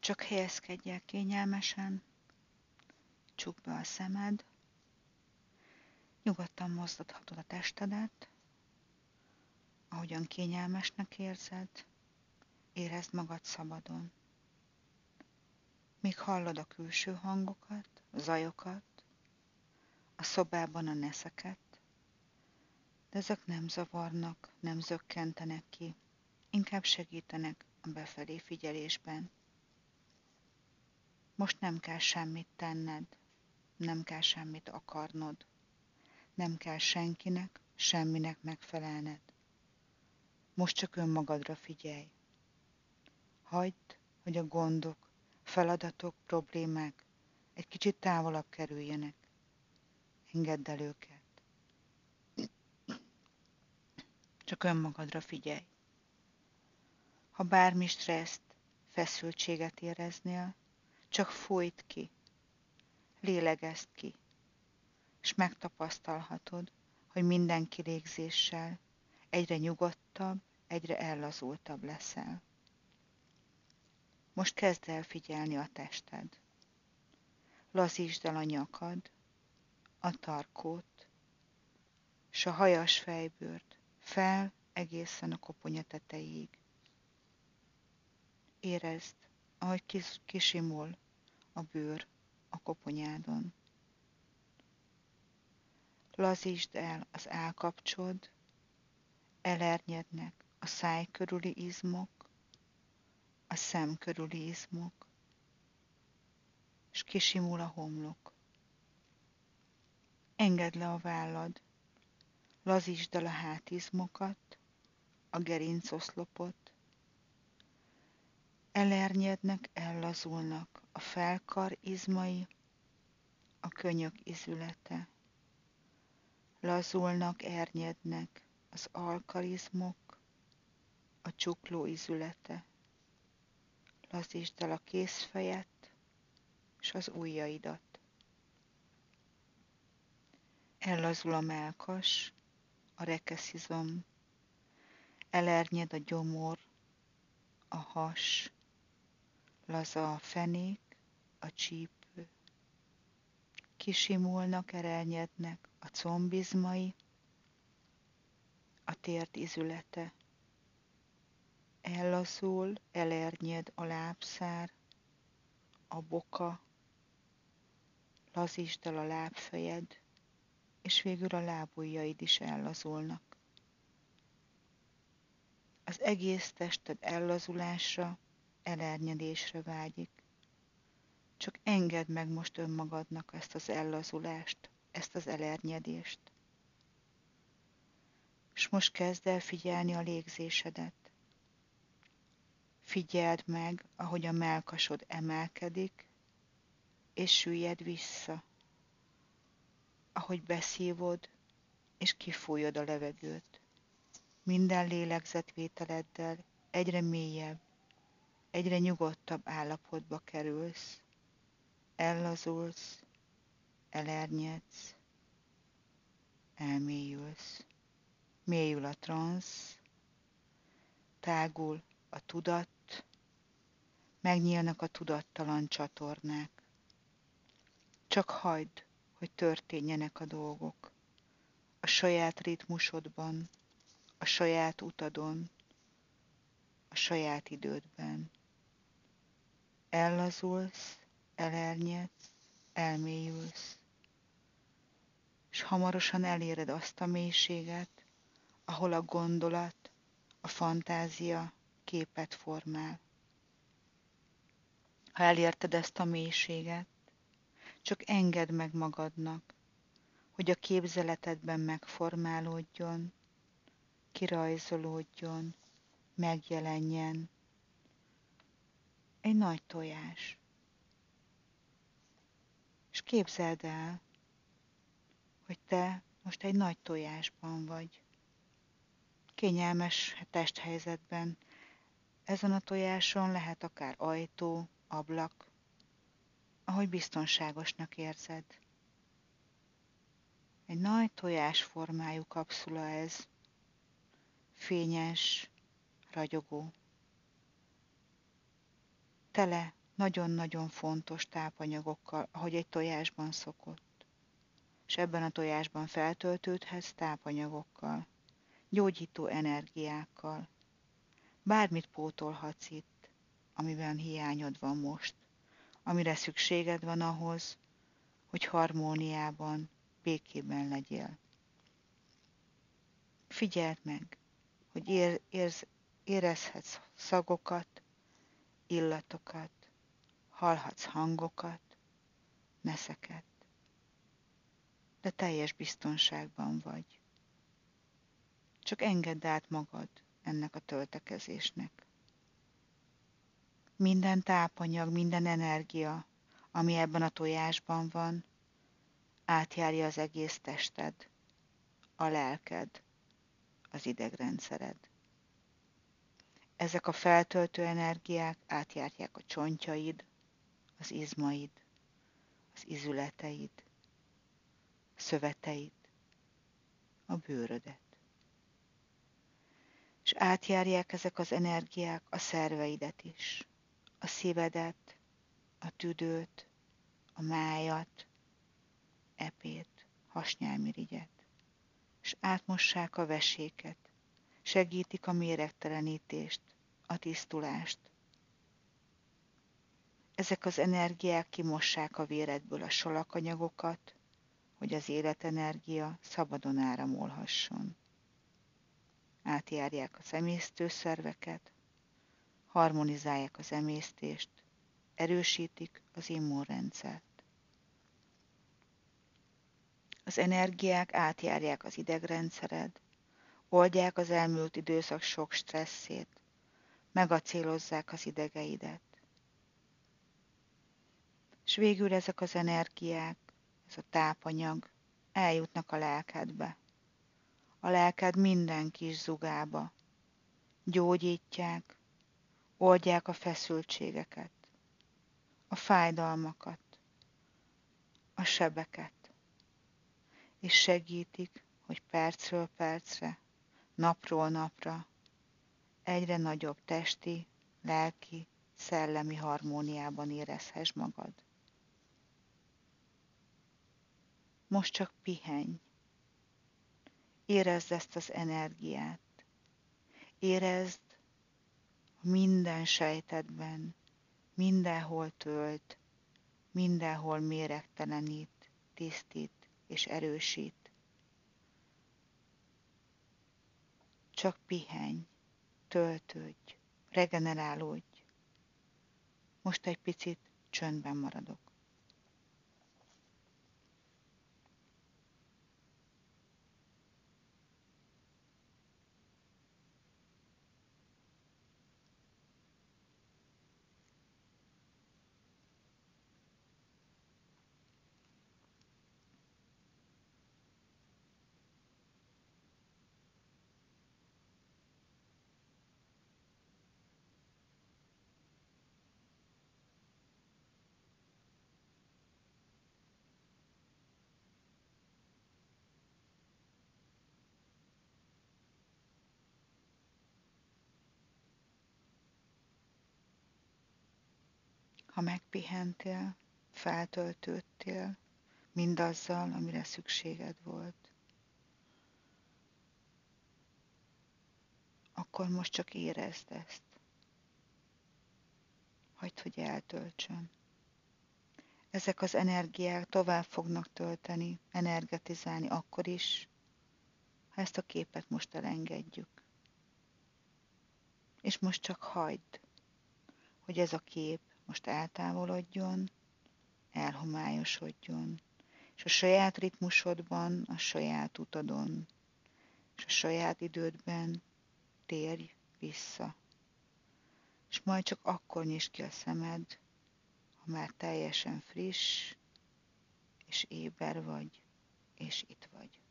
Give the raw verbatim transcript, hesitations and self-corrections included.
Csak helyezkedj el kényelmesen, csukd be a szemed, nyugodtan mozgathatod a testedet, ahogyan kényelmesnek érzed, érezd magad szabadon. Még hallod a külső hangokat, a zajokat, a szobában a neszeket, de ezek nem zavarnak, nem zökkentenek ki, inkább segítenek a befelé figyelésben. Most nem kell semmit tenned, nem kell semmit akarnod, nem kell senkinek, semminek megfelelned. Most csak önmagadra figyelj. Hagyd, hogy a gondok, feladatok, problémák egy kicsit távolabb kerüljenek. Engedd el őket. Csak önmagadra figyelj. Ha bármi stresszt, feszültséget éreznél, csak fújt ki, lélegezd ki, és megtapasztalhatod, hogy minden kilégzéssel egyre nyugodtabb, egyre ellazultabb leszel. Most kezd el figyelni a tested. Lazítsd el a nyakad, a tarkót, s a hajas fejbőrt fel egészen a koponya tetejéig. Érezd, ahogy kis, kisimul a bőr a koponyádon. Lazítsd el az állkapcsod, elernyednek a száj körüli izmok, a szem körüli izmok, és kisimul a homlok. Engedd le a vállad, lazítsd el a hátizmokat, a gerincoszlopot, elernyednek, ellazulnak a felkar izmai, a könyök izülete. Lazulnak, ernyednek az alkarizmok, a csukló izülete. Lazítsd el a kézfejet és az ujjaidat. Ellazul a mellkas, a rekeszizom, elernyed a gyomor, a has, laza a fenék, a csípő. Kisimulnak, erelnyednek a combizmai, a térd izülete. Ellazul, elernyed a lábszár, a boka, lazítsd el a lábfejed, és végül a lábujjaid is ellazulnak. Az egész tested ellazulásra, elernyedésre vágyik. Csak engedd meg most önmagadnak ezt az ellazulást, ezt az elernyedést. És most kezd el figyelni a légzésedet. Figyeld meg, ahogy a mellkasod emelkedik, és süllyed vissza. Ahogy beszívod, és kifújod a levegőt. Minden lélegzetvételeddel egyre mélyebb, egyre nyugodtabb állapotba kerülsz. Ellazulsz, elernyedsz, elmélyülsz. Mélyül a transz, tágul a tudat, megnyílnak a tudattalan csatornák. Csak hagyd, hogy történjenek a dolgok. A saját ritmusodban, a saját utadon, a saját idődben. Ellazulsz, elernyedsz, elmélyülsz, és hamarosan eléred azt a mélységet, ahol a gondolat, a fantázia képet formál. Ha elérted ezt a mélységet, csak engedd meg magadnak, hogy a képzeletedben megformálódjon, kirajzolódjon, megjelenjen egy nagy tojás. És képzeld el, hogy te most egy nagy tojásban vagy. Kényelmes testhelyzetben. Ezen a tojáson lehet akár ajtó, ablak, ahogy biztonságosnak érzed. Egy nagy tojás formájú kapszula ez. Fényes, ragyogó. Tele nagyon-nagyon fontos tápanyagokkal, ahogy egy tojásban szokott. És ebben a tojásban feltöltődhetsz tápanyagokkal, gyógyító energiákkal. Bármit pótolhatsz itt, amiben hiányod van most, amire szükséged van ahhoz, hogy harmóniában, békében legyél. Figyeld meg, hogy ér, érz, érezhetsz szagokat, illatokat, hallhatsz hangokat, neszeket, de teljes biztonságban vagy. Csak engedd át magad ennek a töltekezésnek. Minden tápanyag, minden energia, ami ebben a tojásban van, átjárja az egész tested, a lelked, az idegrendszered. Ezek a feltöltő energiák átjárják a csontjaid, az izmaid, az izületeid, szöveteid, a bőrödet. És átjárják ezek az energiák a szerveidet is, a szívedet, a tüdőt, a májat, epét, hasnyálmirigyet, és átmossák a veséket, segítik a méregtelenítést, a tisztulást. Ezek az energiák kimossák a véredből a salakanyagokat, hogy az életenergia szabadon áramolhasson. Átjárják az emésztőszerveket, harmonizálják az emésztést, erősítik az immunrendszert. Az energiák átjárják az idegrendszered, oldják az elmúlt időszak sok stresszét, megacélozzák az idegeidet. És végül ezek az energiák, ez a tápanyag eljutnak a lelkedbe. A lelked minden kis zugába. Gyógyítják, oldják a feszültségeket, a fájdalmakat, a sebeket, és segítik, hogy percről percre, napról napra egyre nagyobb testi, lelki, szellemi harmóniában érezhess magad. Most csak pihenj. Érezd ezt az energiát. Érezd minden sejtedben, mindenhol tölt, mindenhol méregtelenít, tisztít és erősít. Csak pihenj, töltődj, regenerálódj. Most egy picit csöndben maradok. Ha megpihentél, feltöltődtél mindazzal, amire szükséged volt, akkor most csak érezd ezt. Hagyd, hogy eltöltsön. Ezek az energiák tovább fognak tölteni, energetizálni akkor is, ha ezt a képet most elengedjük. És most csak hagyd, hogy ez a kép most eltávolodjon, elhomályosodjon, és a saját ritmusodban, a saját utadon, és a saját idődben térj vissza. És majd csak akkor nyisd ki a szemed, ha már teljesen friss, és éber vagy, és itt vagy.